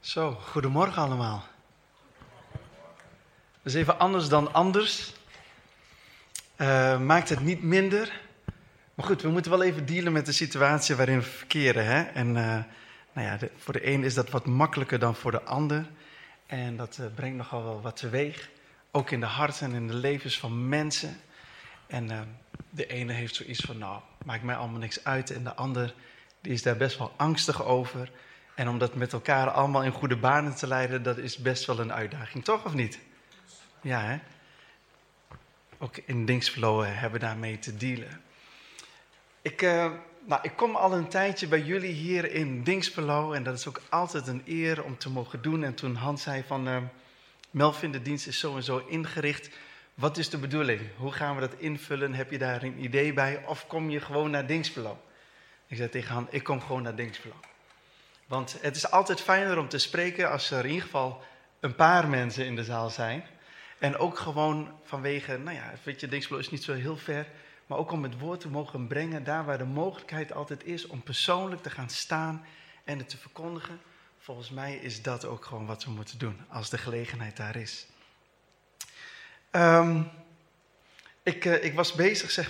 Zo, goedemorgen allemaal. Dat is even anders dan anders. Maakt het niet minder. Maar goed, we moeten wel even dealen met de situatie waarin we verkeren. Hè? En voor de een is dat wat makkelijker dan voor de ander. En dat brengt nogal wel wat teweeg. Ook in de harten en in de levens van mensen. En de ene heeft zoiets van, maakt mij allemaal niks uit. En de ander, die is daar best wel angstig over. En om dat met elkaar allemaal in goede banen te leiden, dat is best wel een uitdaging, toch of niet? Ja, hè? Ook in Dingsflow hebben we daarmee te dealen. Ik kom al een tijdje bij jullie hier in Dingsflow en dat is ook altijd een eer om te mogen doen. En toen Hans zei van, Melvin, de dienst is zo en zo ingericht. Wat is de bedoeling? Hoe gaan we dat invullen? Heb je daar een idee bij? Of kom je gewoon naar Dingsflow? Ik zei tegen Han, ik kom gewoon naar Dingsflow. Want het is altijd fijner om te spreken als er in ieder geval een paar mensen in de zaal zijn. En ook gewoon vanwege, Dingsflow is niet zo heel ver. Maar ook om het woord te mogen brengen daar waar de mogelijkheid altijd is om persoonlijk te gaan staan en het te verkondigen. Volgens mij is dat ook gewoon wat we moeten doen als de gelegenheid daar is. Ik was bezig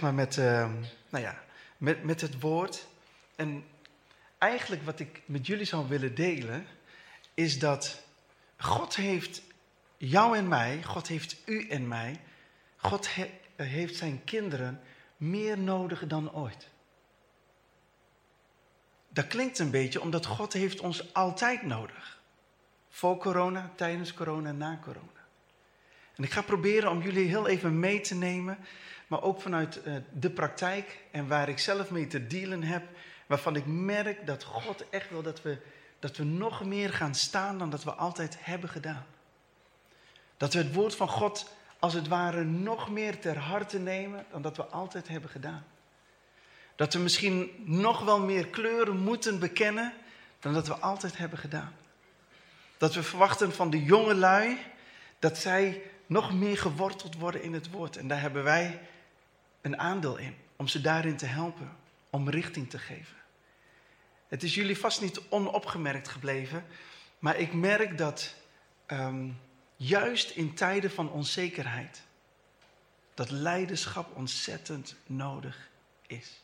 met het woord. En eigenlijk wat ik met jullie zou willen delen, is dat God heeft jou en mij, God heeft u en mij, God heeft zijn kinderen meer nodig dan ooit. Dat klinkt een beetje omdat God heeft ons altijd nodig. Voor corona, tijdens corona, na corona. En ik ga proberen om jullie heel even mee te nemen, maar ook vanuit de praktijk en waar ik zelf mee te dealen heb, waarvan ik merk dat God echt wil dat we nog meer gaan staan dan dat we altijd hebben gedaan. Dat we het woord van God als het ware nog meer ter harte nemen dan dat we altijd hebben gedaan. Dat we misschien nog wel meer kleuren moeten bekennen dan dat we altijd hebben gedaan. Dat we verwachten van de jonge lui dat zij nog meer geworteld worden in het woord. En daar hebben wij een aandeel in, om ze daarin te helpen, om richting te geven. Het is jullie vast niet onopgemerkt gebleven, maar ik merk dat juist in tijden van onzekerheid, dat leiderschap ontzettend nodig is.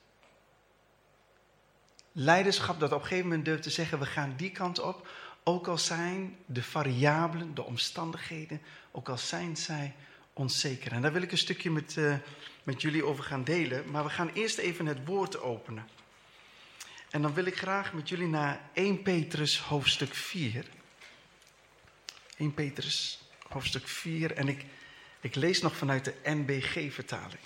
Leiderschap dat op een gegeven moment durft te zeggen, we gaan die kant op, ook al zijn de variabelen, de omstandigheden, ook al zijn zij onzeker. En daar wil ik een stukje met jullie over gaan delen, maar we gaan eerst even het woord openen. En dan wil ik graag met jullie naar 1 Petrus hoofdstuk 4. 1 Petrus hoofdstuk 4 en ik lees nog vanuit de NBG-vertaling.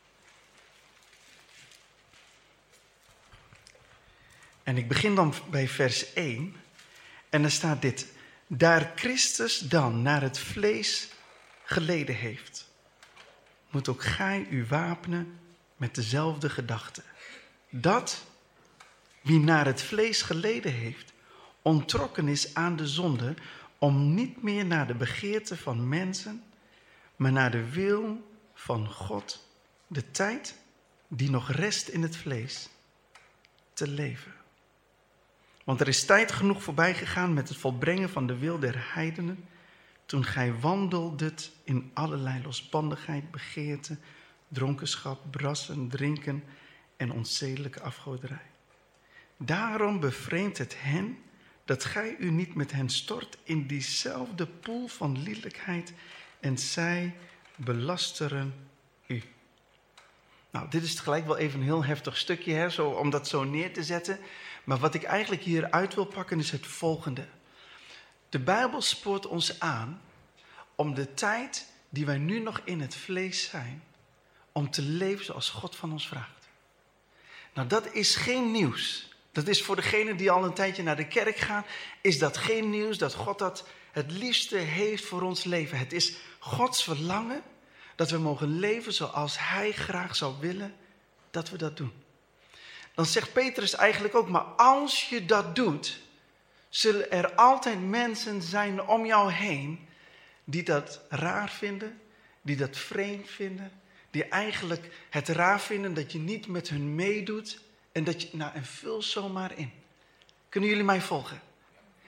En ik begin dan bij vers 1 en er staat dit. Daar Christus dan naar het vlees geleden heeft, moet ook gij u wapenen met dezelfde gedachte. Dat wie naar het vlees geleden heeft, onttrokken is aan de zonde, om niet meer naar de begeerte van mensen, maar naar de wil van God, de tijd die nog rest in het vlees, te leven. Want er is tijd genoeg voorbij gegaan met het volbrengen van de wil der heidenen, toen gij wandeldet in allerlei losbandigheid, begeerte, dronkenschap, brassen, drinken en onzedelijke afgoderij. Daarom bevreemdt het hen dat gij u niet met hen stort in diezelfde poel van liederlijkheid en zij belasteren u. Nou, dit is tegelijk wel even een heel heftig stukje, hè, om dat zo neer te zetten. Maar wat ik eigenlijk hier uit wil pakken is het volgende. De Bijbel spoort ons aan om de tijd die wij nu nog in het vlees zijn, om te leven zoals God van ons vraagt. Nou, dat is geen nieuws. Dat is voor degenen die al een tijdje naar de kerk gaan, is dat geen nieuws dat God dat het liefste heeft voor ons leven. Het is Gods verlangen dat we mogen leven zoals Hij graag zou willen dat we dat doen. Dan zegt Petrus eigenlijk ook, maar als je dat doet, zullen er altijd mensen zijn om jou heen die dat raar vinden, die dat vreemd vinden, die eigenlijk het raar vinden dat je niet met hun meedoet en dat je, en vul zomaar in. Kunnen jullie mij volgen?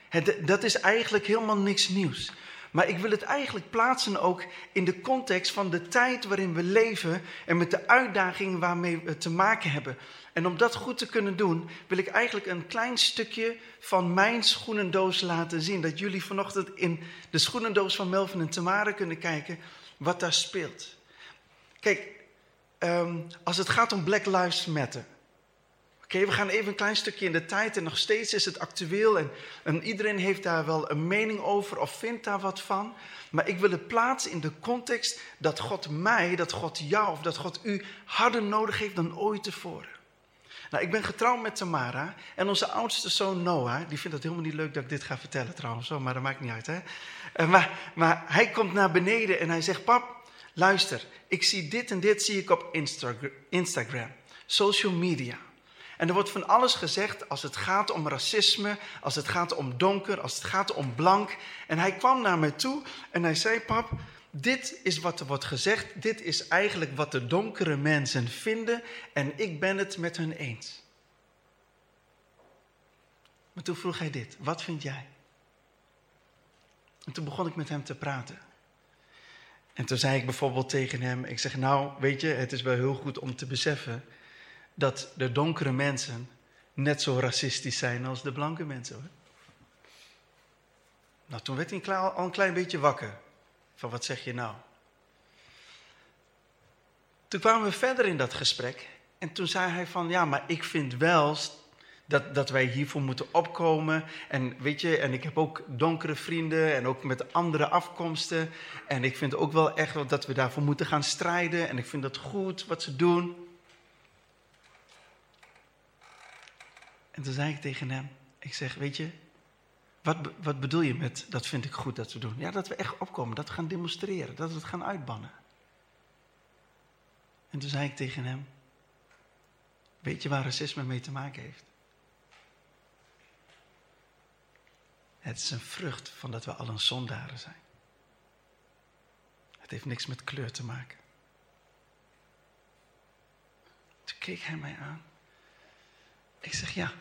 Dat is eigenlijk helemaal niks nieuws. Maar ik wil het eigenlijk plaatsen ook in de context van de tijd waarin we leven en met de uitdagingen waarmee we te maken hebben. En om dat goed te kunnen doen, wil ik eigenlijk een klein stukje van mijn schoenendoos laten zien. Dat jullie vanochtend in de schoenendoos van Melvin en Tamara kunnen kijken wat daar speelt. Kijk, als het gaat om Black Lives Matter. Oké, we gaan even een klein stukje in de tijd en nog steeds is het actueel en iedereen heeft daar wel een mening over of vindt daar wat van. Maar ik wil het plaatsen in de context dat God mij, dat God jou of dat God u harder nodig heeft dan ooit tevoren. Nou, ik ben getrouwd met Tamara en onze oudste zoon Noah, die vindt het helemaal niet leuk dat ik dit ga vertellen trouwens, maar dat maakt niet uit. Hè? Maar hij komt naar beneden en hij zegt, pap, luister, ik zie dit en dit zie ik op Instagram, social media. En er wordt van alles gezegd als het gaat om racisme, als het gaat om donker, als het gaat om blank. En hij kwam naar mij toe en hij zei, pap, dit is wat er wordt gezegd. Dit is eigenlijk wat de donkere mensen vinden en ik ben het met hun eens. Maar toen vroeg hij dit, wat vind jij? En toen begon ik met hem te praten. En toen zei ik bijvoorbeeld tegen hem, ik zeg nou, weet je, het is wel heel goed om te beseffen dat de donkere mensen net zo racistisch zijn als de blanke mensen. Hoor. Nou, toen werd hij al een klein beetje wakker. Van wat zeg je nou? Toen kwamen we verder in dat gesprek. En toen zei hij van, ja, maar ik vind wel dat wij hiervoor moeten opkomen. En weet je, en ik heb ook donkere vrienden en ook met andere afkomsten. En ik vind ook wel echt dat we daarvoor moeten gaan strijden. En ik vind dat goed wat ze doen. En toen zei ik tegen hem, ik zeg, weet je, wat bedoel je met dat vind ik goed dat we doen? Ja, dat we echt opkomen, dat we gaan demonstreren, dat we het gaan uitbannen. En toen zei ik tegen hem, weet je waar racisme mee te maken heeft? Het is een vrucht van dat we al een zondaren zijn. Het heeft niks met kleur te maken. Toen keek hij mij aan. Ik zeg ja.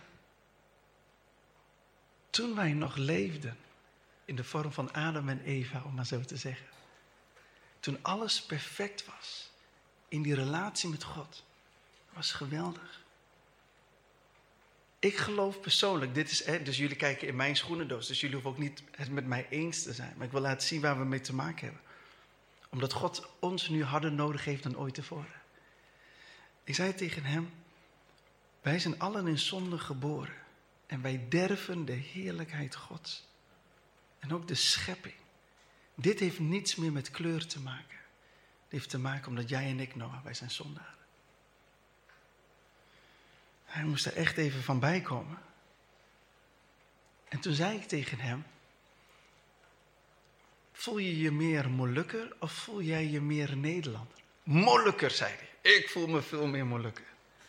Toen wij nog leefden in de vorm van Adam en Eva, om maar zo te zeggen. Toen alles perfect was in die relatie met God. Was geweldig. Ik geloof persoonlijk, dit is, dus jullie kijken in mijn schoenendoos, dus jullie hoeven ook niet het met mij eens te zijn. Maar ik wil laten zien waar we mee te maken hebben. Omdat God ons nu harder nodig heeft dan ooit tevoren. Ik zei tegen hem, wij zijn allen in zonde geboren. En wij derven de heerlijkheid Gods. En ook de schepping. Dit heeft niets meer met kleur te maken. Het heeft te maken omdat jij en ik, Noah, wij zijn zondaren. Hij moest er echt even van bijkomen. En toen zei ik tegen hem, voel je je meer Molukker of voel jij je meer Nederlander? Molukker, zei hij. Ik voel me veel meer Molukker.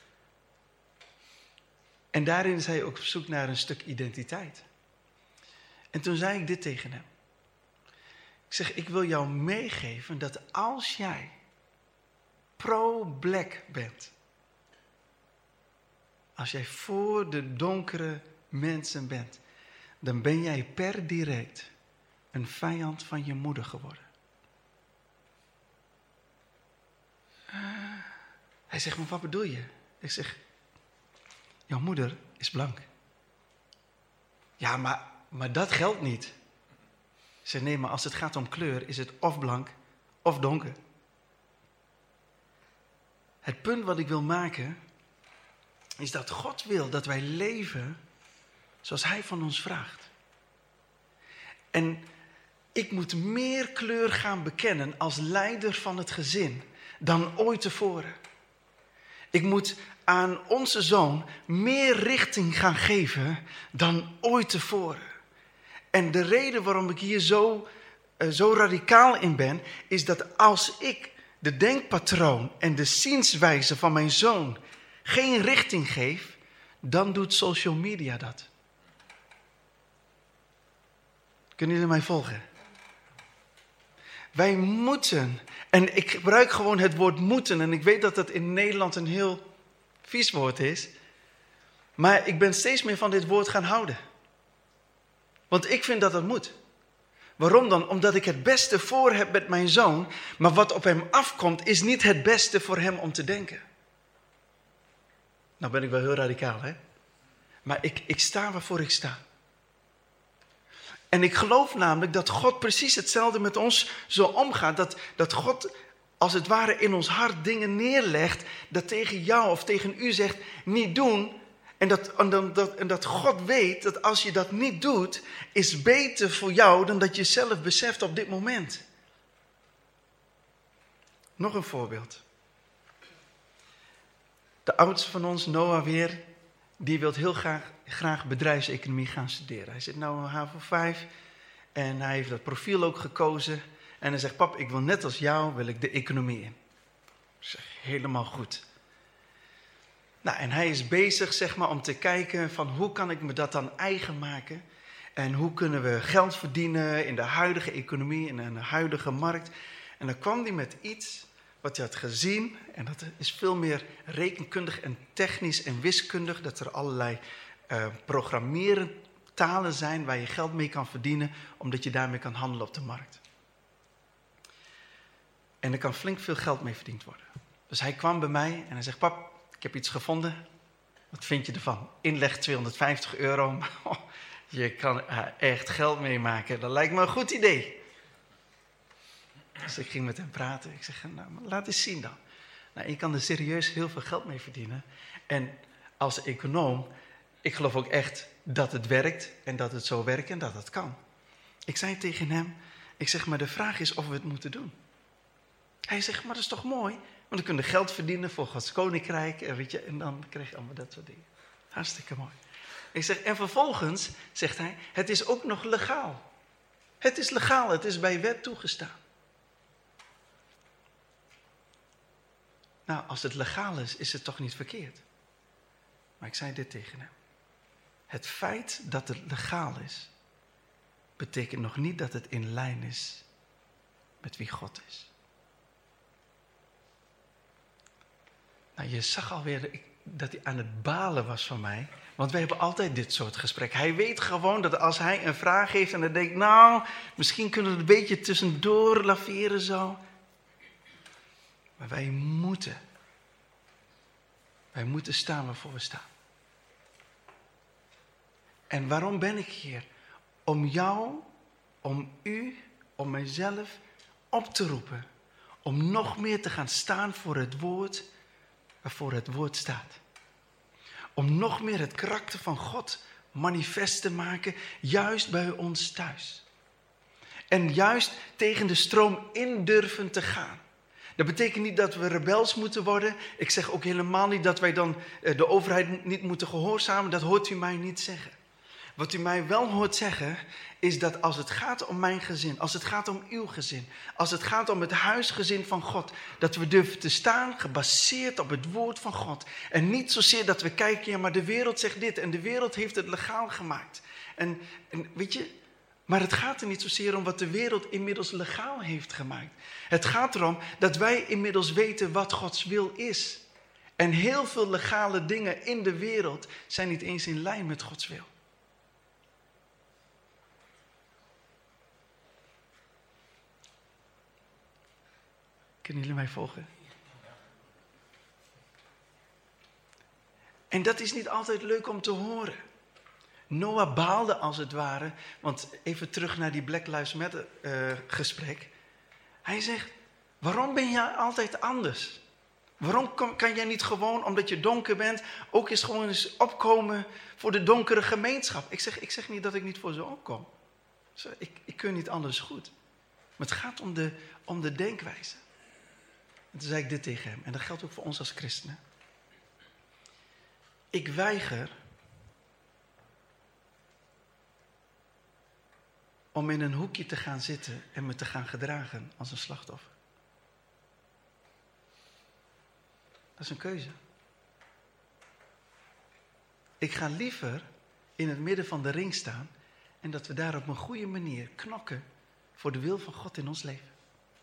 En daarin is hij ook op zoek naar een stuk identiteit. En toen zei ik dit tegen hem. Ik zeg, ik wil jou meegeven dat als jij pro-black bent. Als jij voor de donkere mensen bent. Dan ben jij per direct een vijand van je moeder geworden. Hij zegt, maar wat bedoel je? Ik zeg, jouw moeder is blank. Ja, maar dat geldt niet. Ik zeg, nee, maar als het gaat om kleur is het of blank of donker. Het punt wat ik wil maken is dat God wil dat wij leven zoals Hij van ons vraagt. En ik moet meer kleur gaan bekennen als leider van het gezin dan ooit tevoren. Ik moet aan onze zoon meer richting gaan geven dan ooit tevoren. En de reden waarom ik hier zo radicaal in ben, is dat als ik de denkpatroon en de zienswijze van mijn zoon geen richting geef, dan doet social media dat. Kunnen jullie mij volgen? Wij moeten, en ik gebruik gewoon het woord moeten, en ik weet dat dat in Nederland een heel vies woord is, maar ik ben steeds meer van dit woord gaan houden. Want ik vind dat het moet. Waarom dan? Omdat ik het beste voor heb met mijn zoon. Maar wat op hem afkomt is niet het beste voor hem om te denken. Nou ben ik wel heel radicaal, hè? Maar ik sta waarvoor ik sta. En ik geloof namelijk dat God precies hetzelfde met ons zo omgaat. Dat God als het ware in ons hart dingen neerlegt. Dat tegen jou of tegen u zegt, niet doen. En dat God weet dat als je dat niet doet, is beter voor jou dan dat je zelf beseft op dit moment. Nog een voorbeeld. De oudste van ons, Noah weer, die wil heel graag bedrijfseconomie gaan studeren. Hij zit nu in HAVO 5 en hij heeft dat profiel ook gekozen. En hij zegt, pap, ik wil net als jou, wil ik de economie in. Ik zeg, helemaal goed. Nou, en hij is bezig, zeg maar, om te kijken van hoe kan ik me dat dan eigen maken? En hoe kunnen we geld verdienen in de huidige economie, in de huidige markt? En dan kwam hij met iets wat hij had gezien. En dat is veel meer rekenkundig en technisch en wiskundig. Dat er allerlei programmeren talen zijn waar je geld mee kan verdienen. Omdat je daarmee kan handelen op de markt. En er kan flink veel geld mee verdiend worden. Dus hij kwam bij mij en hij zegt, pap, ik heb iets gevonden. Wat vind je ervan? Inleg €250. Je kan er echt geld mee maken. Dat lijkt me een goed idee. Dus ik ging met hem praten. Ik zeg, nou, laat eens zien dan. Nou, je kan er serieus heel veel geld mee verdienen. En als econoom, ik geloof ook echt dat het werkt. En dat het zo werkt en dat het kan. Ik zei tegen hem, ik zeg, maar de vraag is of we het moeten doen. Hij zegt, maar dat is toch mooi? Want dan kun je geld verdienen voor Gods koninkrijk. En, weet je, en dan krijg je allemaal dat soort dingen. Hartstikke mooi. Ik zeg, en vervolgens, zegt hij, het is ook nog legaal. Het is legaal, het is bij wet toegestaan. Nou, als het legaal is, is het toch niet verkeerd. Maar ik zei dit tegen hem. Het feit dat het legaal is, betekent nog niet dat het in lijn is met wie God is. Nou, je zag alweer dat hij aan het balen was van mij. Want wij hebben altijd dit soort gesprekken. Hij weet gewoon dat als hij een vraag heeft en dan denkt, nou, misschien kunnen we het een beetje tussendoor laveren zo. Maar wij moeten staan waarvoor we staan. En waarom ben ik hier? Om jou, om u, om mijzelf op te roepen. Om nog meer te gaan staan voor het woord waarvoor het woord staat. Om nog meer het karakter van God manifest te maken, juist bij ons thuis. En juist tegen de stroom in durven te gaan. Dat betekent niet dat we rebels moeten worden. Ik zeg ook helemaal niet dat wij dan de overheid niet moeten gehoorzamen. Dat hoort u mij niet zeggen. Wat u mij wel hoort zeggen, is dat als het gaat om mijn gezin, als het gaat om uw gezin, als het gaat om het huisgezin van God, dat we durven te staan gebaseerd op het woord van God. En niet zozeer dat we kijken, ja, maar de wereld zegt dit en de wereld heeft het legaal gemaakt. En weet je, maar het gaat er niet zozeer om wat de wereld inmiddels legaal heeft gemaakt. Het gaat erom dat wij inmiddels weten wat Gods wil is. En heel veel legale dingen in de wereld zijn niet eens in lijn met Gods wil. Kunnen jullie mij volgen? En dat is niet altijd leuk om te horen. Noah baalde als het ware, want even terug naar die Black Lives Matter gesprek. Hij zegt, waarom ben jij altijd anders? Waarom kan jij niet gewoon, omdat je donker bent, ook eens gewoon eens opkomen voor de donkere gemeenschap? Ik zeg niet dat ik niet voor ze opkom. Ik kun niet anders goed. Maar het gaat om de denkwijze. En toen zei ik dit tegen hem. En dat geldt ook voor ons als christenen. Ik weiger om in een hoekje te gaan zitten en me te gaan gedragen als een slachtoffer. Dat is een keuze. Ik ga liever in het midden van de ring staan en dat we daar op een goede manier knokken voor de wil van God in ons leven.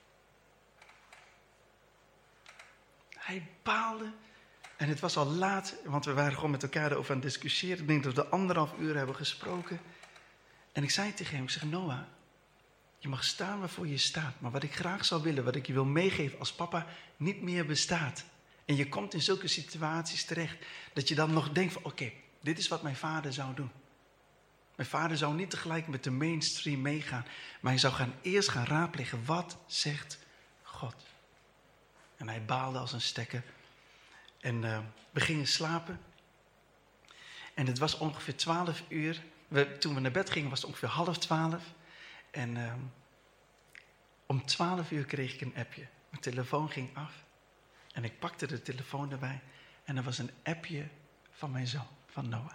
Hij baalde. En het was al laat, want we waren gewoon met elkaar erover aan het discussiëren. Ik denk dat we 1,5 uur hebben gesproken. En ik zei tegen hem, ik zeg, Noah, je mag staan waarvoor je staat. Maar wat ik graag zou willen, wat ik je wil meegeven als papa, niet meer bestaat. En je komt in zulke situaties terecht, dat je dan nog denkt van, oké, dit is wat mijn vader zou doen. Mijn vader zou niet tegelijk met de mainstream meegaan. Maar hij zou eerst gaan raadplegen, wat zegt God? En hij baalde als een stekker. En we gingen slapen. En het was ongeveer 12 uur. Toen we naar bed gingen was het ongeveer 11:30. En om 12 uur kreeg ik een appje. Mijn telefoon ging af. En ik pakte de telefoon erbij. En er was een appje van mijn zoon, van Noah.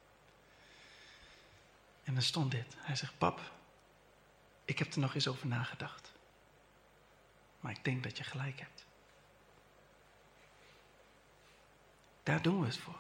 En er stond dit. Hij zegt, pap, ik heb er nog eens over nagedacht. Maar ik denk dat je gelijk hebt. Daar doen we het voor.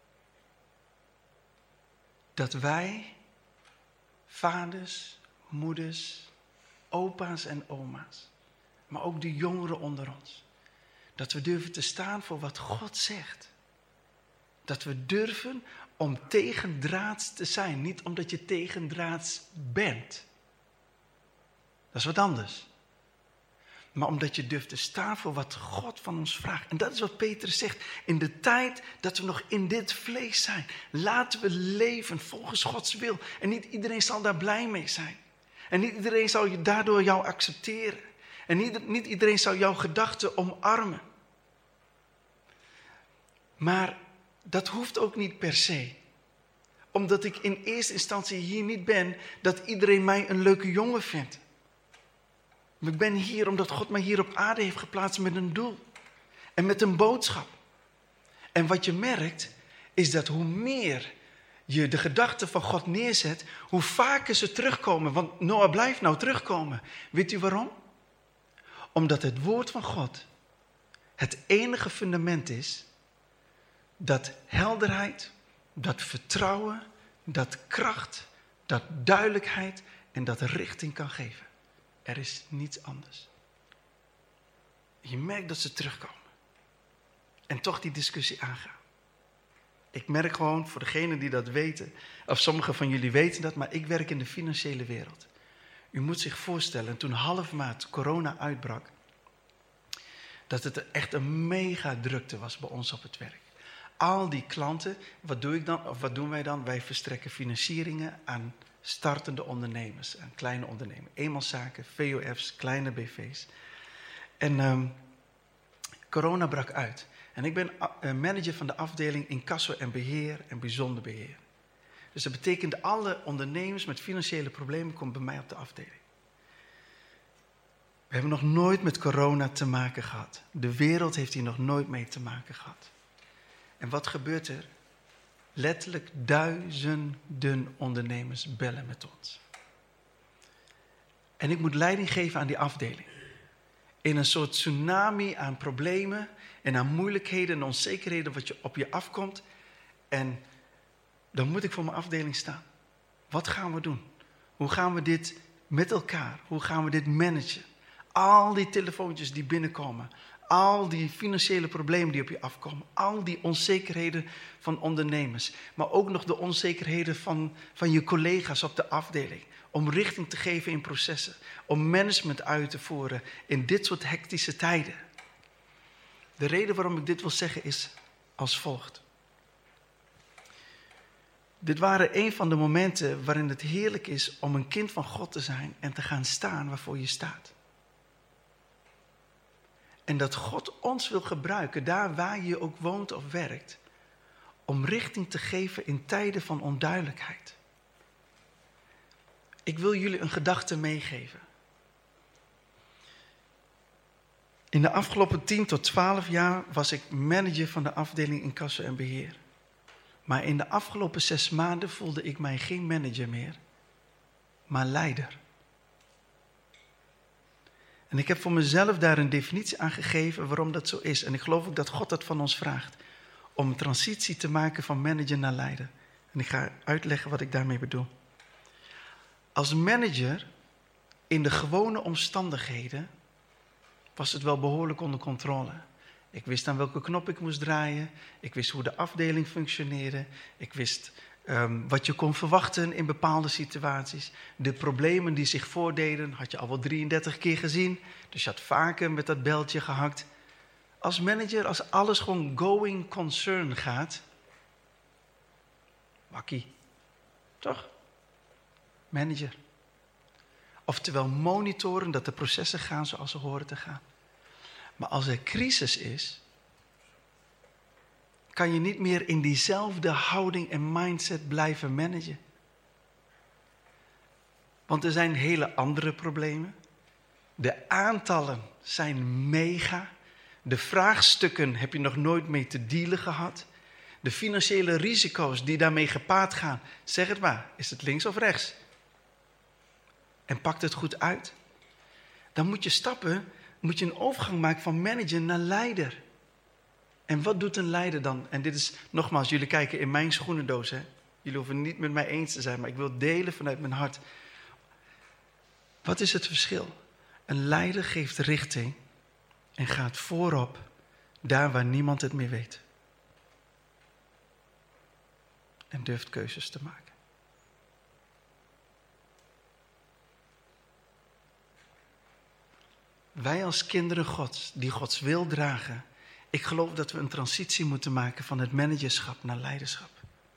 Dat wij, vaders, moeders, opa's en oma's, maar ook de jongeren onder ons, dat we durven te staan voor wat God zegt. Dat we durven om tegendraads te zijn, niet omdat je tegendraads bent. Dat is wat anders. Maar omdat je durft te staan voor wat God van ons vraagt. En dat is wat Petrus zegt. In de tijd dat we nog in dit vlees zijn, laten we leven volgens Gods wil. En niet iedereen zal daar blij mee zijn. En niet iedereen zal daardoor jou accepteren. En niet iedereen zal jouw gedachten omarmen. Maar dat hoeft ook niet per se. Omdat ik in eerste instantie hier niet ben dat iedereen mij een leuke jongen vindt. Maar ik ben hier omdat God mij hier op aarde heeft geplaatst met een doel. En met een boodschap. En wat je merkt is dat hoe meer je de gedachten van God neerzet, hoe vaker ze terugkomen. Want Noah blijft nou terugkomen. Weet u waarom? Omdat het woord van God het enige fundament is dat helderheid, dat vertrouwen, dat kracht, dat duidelijkheid en dat richting kan geven. Er is niets anders. Je merkt dat ze terugkomen. En toch die discussie aangaan. Ik merk gewoon, voor degenen die dat weten, of sommigen van jullie weten dat, maar ik werk in de financiële wereld. U moet zich voorstellen, toen half maart corona uitbrak, dat het echt een mega drukte was bij ons op het werk. Al die klanten, wat doen wij dan? Wij verstrekken financieringen aan startende ondernemers, aan kleine ondernemers. Eenmanszaken, VOF's, kleine BV's. En corona brak uit. En ik ben manager van de afdeling incasso en beheer en bijzonder beheer. Dus dat betekent alle ondernemers met financiële problemen komen bij mij op de afdeling. We hebben nog nooit met corona te maken gehad. De wereld heeft hier nog nooit mee te maken gehad. En wat gebeurt er? Letterlijk duizenden ondernemers bellen met ons. En ik moet leiding geven aan die afdeling. In een soort tsunami aan problemen en aan moeilijkheden en onzekerheden wat op je afkomt. En dan moet ik voor mijn afdeling staan. Wat gaan we doen? Hoe gaan we dit met elkaar? Hoe gaan we dit managen? Al die telefoontjes die binnenkomen. Al die financiële problemen die op je afkomen. Al die onzekerheden van ondernemers. Maar ook nog de onzekerheden van je collega's op de afdeling. Om richting te geven in processen. Om management uit te voeren in dit soort hectische tijden. De reden waarom ik dit wil zeggen is als volgt. Dit waren een van de momenten waarin het heerlijk is om een kind van God te zijn en te gaan staan waarvoor je staat. En dat God ons wil gebruiken, daar waar je ook woont of werkt, om richting te geven in tijden van onduidelijkheid. Ik wil jullie een gedachte meegeven. In de afgelopen 10 tot 12 jaar was ik manager van de afdeling incasso en beheer. Maar in de afgelopen 6 maanden voelde ik mij geen manager meer, maar leider. En ik heb voor mezelf daar een definitie aan gegeven waarom dat zo is. En ik geloof ook dat God dat van ons vraagt. Om een transitie te maken van manager naar leider. En ik ga uitleggen wat ik daarmee bedoel. Als manager, in de gewone omstandigheden, was het wel behoorlijk onder controle. Ik wist aan welke knop ik moest draaien. Ik wist hoe de afdeling functioneerde. Ik wist wat je kon verwachten in bepaalde situaties. De problemen die zich voordeden, had je al wel 33 keer gezien. Dus je had vaker met dat beltje gehakt. Als manager, als alles gewoon going concern gaat. Wakkie. Toch? Manager. Oftewel monitoren dat de processen gaan zoals ze horen te gaan. Maar als er crisis is, kan je niet meer in diezelfde houding en mindset blijven managen. Want er zijn hele andere problemen. De aantallen zijn mega. De vraagstukken heb je nog nooit mee te dealen gehad. De financiële risico's die daarmee gepaard gaan. Zeg het maar, is het links of rechts? En pakt het goed uit? Dan moet je een overgang maken van manager naar leider. En wat doet een leider dan? En dit is, nogmaals, jullie kijken in mijn schoenendoos. Hè? Jullie hoeven niet met mij eens te zijn, maar ik wil delen vanuit mijn hart. Wat is het verschil? Een leider geeft richting en gaat voorop daar waar niemand het meer weet. En durft keuzes te maken. Wij als kinderen Gods, die Gods wil dragen. Ik geloof dat we een transitie moeten maken van het managerschap naar leiderschap.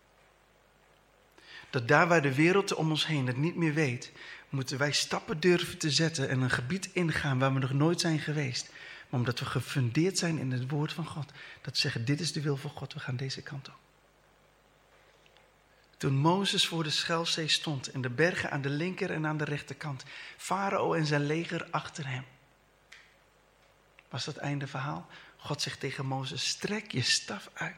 Dat daar waar de wereld om ons heen het niet meer weet, moeten wij stappen durven te zetten en een gebied ingaan waar we nog nooit zijn geweest. Maar omdat we gefundeerd zijn in het woord van God. Dat we zeggen, dit is de wil van God, we gaan deze kant op. Toen Mozes voor de Schelfzee stond en de bergen aan de linker en aan de rechterkant. Farao en zijn leger achter hem. Was dat einde verhaal? God zegt tegen Mozes, strek je staf uit.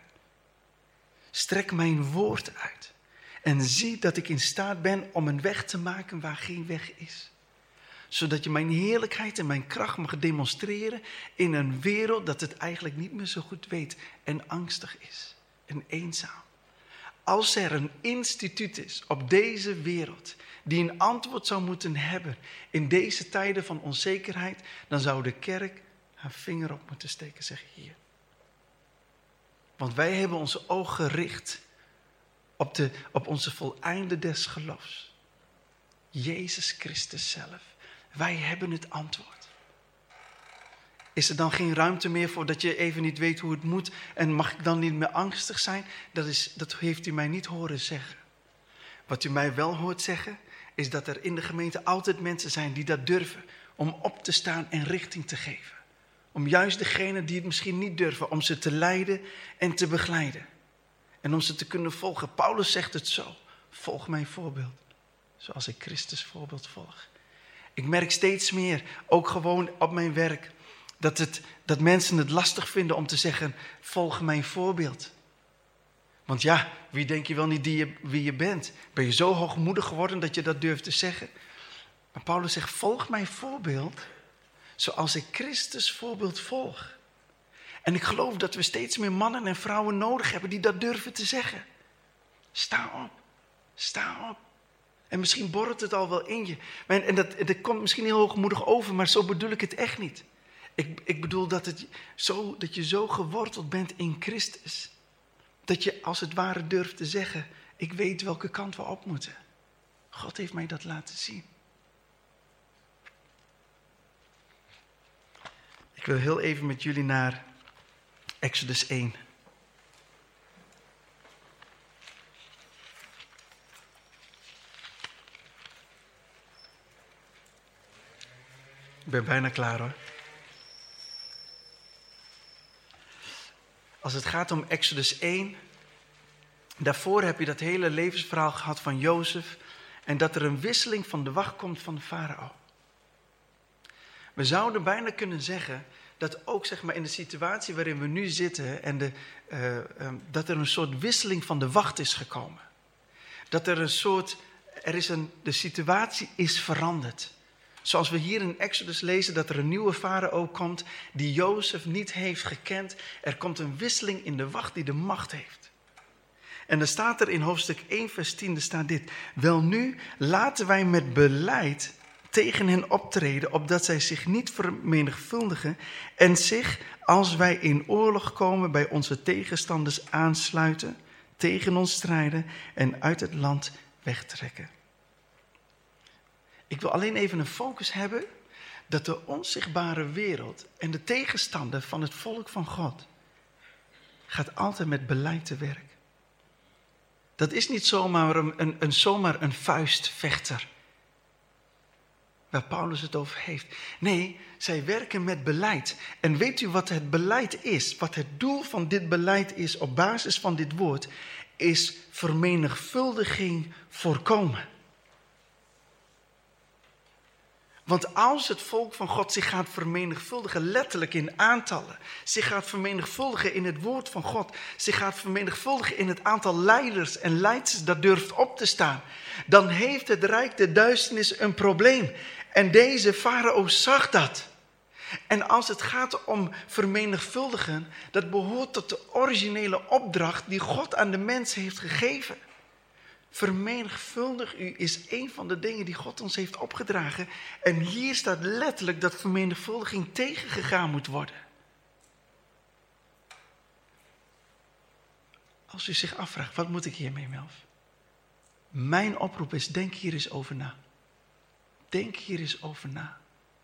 Strek mijn woord uit. En zie dat ik in staat ben om een weg te maken waar geen weg is. Zodat je mijn heerlijkheid en mijn kracht mag demonstreren in een wereld dat het eigenlijk niet meer zo goed weet en angstig is en eenzaam. Als er een instituut is op deze wereld die een antwoord zou moeten hebben in deze tijden van onzekerheid, dan zou de kerk haar vinger op moeten steken, zeg hier. Want wij hebben onze ogen gericht op onze voleinde des geloofs. Jezus Christus zelf. Wij hebben het antwoord. Is er dan geen ruimte meer voor dat je even niet weet hoe het moet en mag ik dan niet meer angstig zijn? Dat heeft u mij niet horen zeggen. Wat u mij wel hoort zeggen, is dat er in de gemeente altijd mensen zijn die dat durven om op te staan en richting te geven. Om juist degenen die het misschien niet durven, om ze te leiden en te begeleiden. En om ze te kunnen volgen. Paulus zegt het zo, volg mijn voorbeeld, zoals ik Christus voorbeeld volg. Ik merk steeds meer, ook gewoon op mijn werk, dat mensen het lastig vinden om te zeggen, volg mijn voorbeeld. Want ja, wie denk je wel niet wie je bent? Ben je zo hoogmoedig geworden dat je dat durft te zeggen? Maar Paulus zegt, volg mijn voorbeeld, zoals ik Christus voorbeeld volg. En ik geloof dat we steeds meer mannen en vrouwen nodig hebben die dat durven te zeggen. Sta op, sta op. En misschien borrelt het al wel in je. En dat komt misschien heel hoogmoedig over, maar zo bedoel ik het echt niet. Ik bedoel dat je zo geworteld bent in Christus. Dat je als het ware durft te zeggen, ik weet welke kant we op moeten. God heeft mij dat laten zien. Ik wil heel even met jullie naar Exodus 1. Ik ben bijna klaar hoor. Als het gaat om Exodus 1, daarvoor heb je dat hele levensverhaal gehad van Jozef en dat er een wisseling van de wacht komt van de farao. We zouden bijna kunnen zeggen dat ook zeg maar, in de situatie waarin we nu zitten en dat er een soort wisseling van de wacht is gekomen. Dat de situatie is veranderd. Zoals we hier in Exodus lezen dat er een nieuwe farao komt die Jozef niet heeft gekend. Er komt een wisseling in de wacht die de macht heeft. En dan staat er in hoofdstuk 1 vers 10, er staat dit. Welnu, laten wij met beleid tegen hen optreden, opdat zij zich niet vermenigvuldigen en zich, als wij in oorlog komen, bij onze tegenstanders aansluiten, tegen ons strijden en uit het land wegtrekken. Ik wil alleen even een focus hebben dat de onzichtbare wereld en de tegenstander van het volk van God gaat altijd met beleid te werk. Dat is niet zomaar een vuistvechter waar Paulus het over heeft. Nee, zij werken met beleid. En weet u wat het beleid is? Wat het doel van dit beleid is op basis van dit woord, is vermenigvuldiging voorkomen. Want als het volk van God zich gaat vermenigvuldigen, letterlijk in aantallen, zich gaat vermenigvuldigen in het woord van God, zich gaat vermenigvuldigen in het aantal leiders en leidsters dat durft op te staan, dan heeft het rijk der duisternis een probleem. En deze farao zag dat. En als het gaat om vermenigvuldigen, dat behoort tot de originele opdracht die God aan de mens heeft gegeven. Vermenigvuldig u is een van de dingen die God ons heeft opgedragen. En hier staat letterlijk dat vermenigvuldiging tegengegaan moet worden. Als u zich afvraagt, wat moet ik hiermee, Melf? Mijn oproep is, denk hier eens over na. Denk hier eens over na.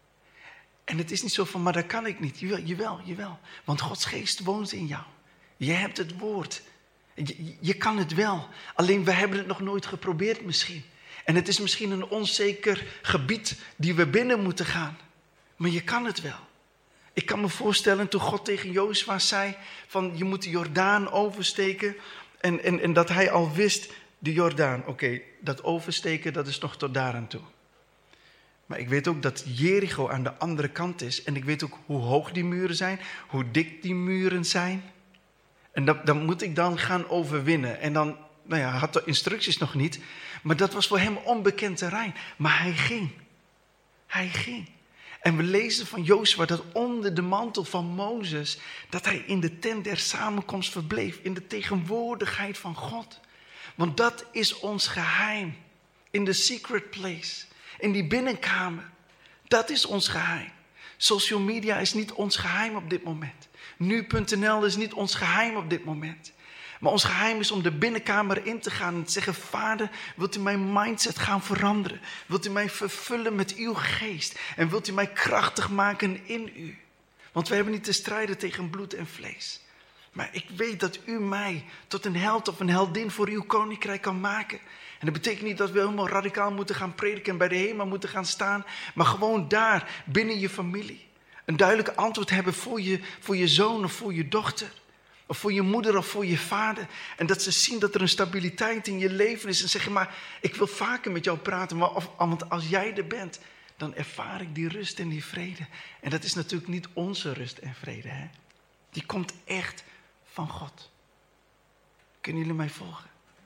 En het is niet zo van, maar dat kan ik niet. Jawel. Want Gods geest woont in jou. Je hebt het woord. Je kan het wel. Alleen we hebben het nog nooit geprobeerd misschien. En het is misschien een onzeker gebied die we binnen moeten gaan. Maar je kan het wel. Ik kan me voorstellen toen God tegen Jozua zei van je moet de Jordaan oversteken. En dat hij al wist, de Jordaan. Oké, dat oversteken dat is nog tot daar aan toe. Maar ik weet ook dat Jericho aan de andere kant is. En ik weet ook hoe hoog die muren zijn. Hoe dik die muren zijn. En dat moet ik dan gaan overwinnen. En dan, hij had de instructies nog niet. Maar dat was voor hem onbekend terrein. Maar hij ging. Hij ging. En we lezen van Jozua dat onder de mantel van Mozes, dat hij in de tent der samenkomst verbleef. In de tegenwoordigheid van God. Want dat is ons geheim. In de secret place. In die binnenkamer. Dat is ons geheim. Social media is niet ons geheim op dit moment. Nu.nl is niet ons geheim op dit moment. Maar ons geheim is om de binnenkamer in te gaan en te zeggen, Vader, wilt u mijn mindset gaan veranderen? Wilt u mij vervullen met uw geest? En wilt u mij krachtig maken in u? Want we hebben niet te strijden tegen bloed en vlees. Maar ik weet dat u mij tot een held of een heldin voor uw koninkrijk kan maken. En dat betekent niet dat we helemaal radicaal moeten gaan prediken en bij de HEMA moeten gaan staan. Maar gewoon daar, binnen je familie. Een duidelijk antwoord hebben voor je zoon of voor je dochter. Of voor je moeder of voor je vader. En dat ze zien dat er een stabiliteit in je leven is. En zeggen, maar ik wil vaker met jou praten. Want als jij er bent, dan ervaar ik die rust en die vrede. En dat is natuurlijk niet onze rust en vrede. Hè? Die komt echt van God. Kunnen jullie mij volgen?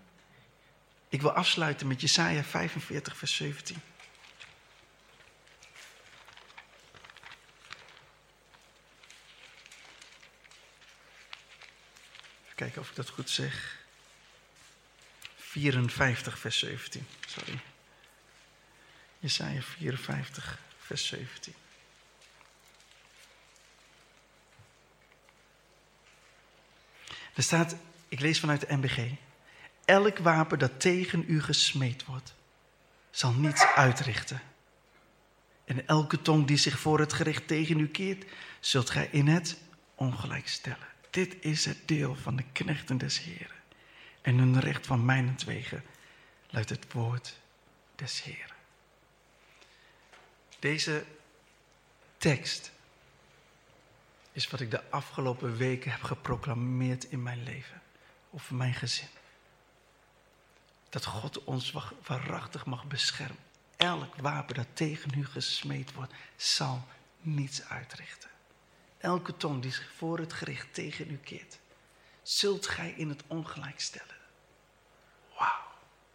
Ik wil afsluiten met Jesaja 45 vers 17. Even kijken of ik dat goed zeg. 54 vers 17. Sorry. Jesaja 54 vers 17. Er staat, ik lees vanuit de NBG. Elk wapen dat tegen u gesmeed wordt, zal niets uitrichten. En elke tong die zich voor het gericht tegen u keert, zult gij in het ongelijk stellen. Dit is het deel van de knechten des Heren. En hun recht van mijnentwege luidt het woord des Heren. Deze tekst is wat ik de afgelopen weken heb geproclameerd in mijn leven. Over mijn gezin. Dat God ons waarachtig mag beschermen. Elk wapen dat tegen u gesmeed wordt, zal niets uitrichten. Elke tong die zich voor het gericht tegen u keert, zult gij in het ongelijk stellen. Wauw.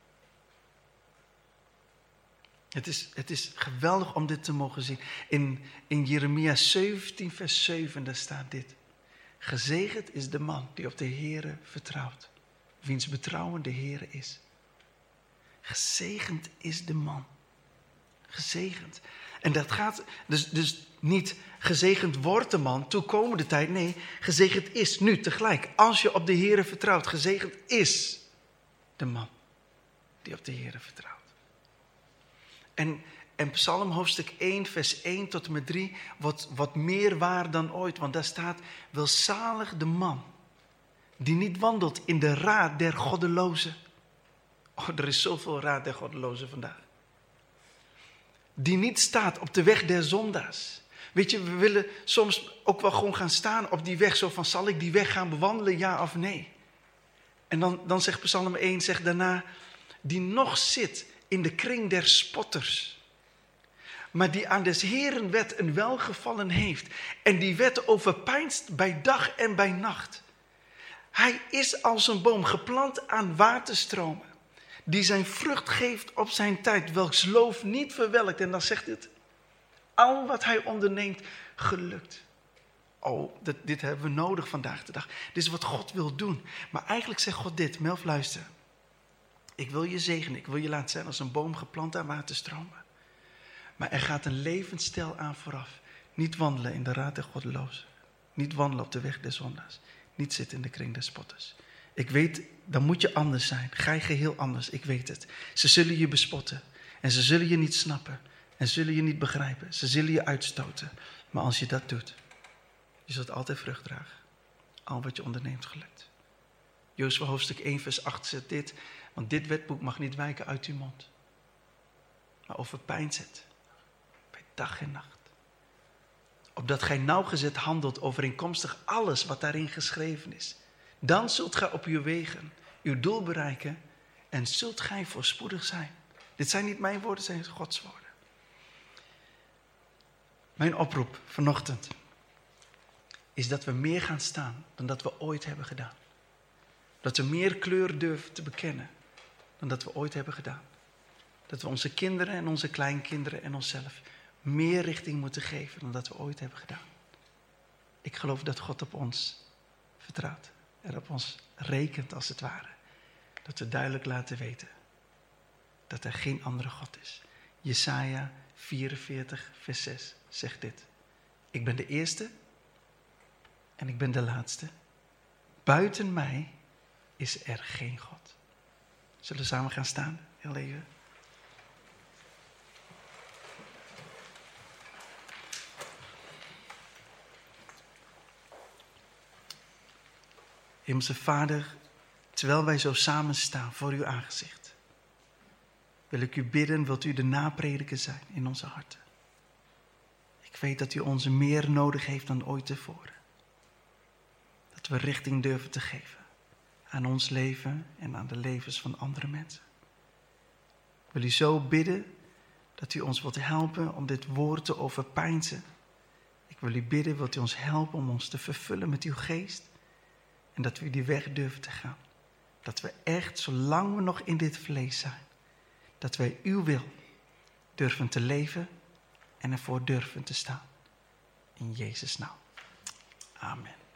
Het is geweldig om dit te mogen zien. In Jeremia 17 vers 7, daar staat dit. Gezegend is de man die op de Heere vertrouwt, wiens betrouwen de Heere is. Gezegend is de man. Gezegend. En dat gaat dus niet gezegend wordt de man toekomende tijd. Nee, gezegend is nu tegelijk. Als je op de Heere vertrouwt. Gezegend is de man die op de Heere vertrouwt. En Psalm hoofdstuk 1 vers 1 tot en met 3 wordt meer waar dan ooit. Want daar staat, welzalig de man die niet wandelt in de raad der goddelozen. Oh, er is zoveel raad der goddelozen vandaag. Die niet staat op de weg der zondaars. Weet je, we willen soms ook wel gewoon gaan staan op die weg. Zo van, zal ik die weg gaan bewandelen, ja of nee? En dan zegt Psalm 1, zegt daarna, die nog zit in de kring der spotters. Maar die aan des Heeren wet een welgevallen heeft. En die wet overpeinst bij dag en bij nacht. Hij is als een boom geplant aan waterstromen. Die zijn vrucht geeft op zijn tijd. Welks loof niet verwelkt. En dan zegt het. Al wat hij onderneemt gelukt. Oh, dit hebben we nodig vandaag de dag. Dit is wat God wil doen. Maar eigenlijk zegt God dit. Melf, luister. Ik wil je zegenen. Ik wil je laten zijn als een boom geplant aan waterstromen. Maar er gaat een levensstijl aan vooraf. Niet wandelen in de raad der goddelozen. Niet wandelen op de weg des zondaars. Niet zitten in de kring des spotters. Ik weet, dan moet je anders zijn. Ga je geheel anders, ik weet het. Ze zullen je bespotten. En ze zullen je niet snappen. En zullen je niet begrijpen. Ze zullen je uitstoten. Maar als je dat doet, je zult altijd vrucht dragen. Al wat je onderneemt gelukt. Jozua hoofdstuk 1 vers 8 zegt dit. Want dit wetboek mag niet wijken uit uw mond. Maar overpeinst het. Bij dag en nacht. Opdat gij nauwgezet handelt overeenkomstig alles wat daarin geschreven is. Dan zult gij op uw wegen uw doel bereiken en zult gij voorspoedig zijn. Dit zijn niet mijn woorden, zijn Gods woorden. Mijn oproep vanochtend is dat we meer gaan staan dan dat we ooit hebben gedaan. Dat we meer kleur durven te bekennen dan dat we ooit hebben gedaan. Dat we onze kinderen en onze kleinkinderen en onszelf meer richting moeten geven dan dat we ooit hebben gedaan. Ik geloof dat God op ons vertrouwt. En op ons rekent als het ware. Dat we duidelijk laten weten dat er geen andere God is. Jesaja 44 vers 6 zegt dit. Ik ben de eerste en ik ben de laatste. Buiten mij is er geen God. Zullen we samen gaan staan? Heel even. Hemelse Vader, terwijl wij zo samen staan voor uw aangezicht, wil ik u bidden, wilt u de naprediker zijn in onze harten. Ik weet dat u ons meer nodig heeft dan ooit tevoren. Dat we richting durven te geven aan ons leven en aan de levens van andere mensen. Ik wil u zo bidden dat u ons wilt helpen om dit woord te overpeinzen. Ik wil u bidden, wilt u ons helpen om ons te vervullen met uw geest. En dat we die weg durven te gaan. Dat we echt, zolang we nog in dit vlees zijn, dat wij uw wil durven te leven en ervoor durven te staan. In Jezus' naam. Amen.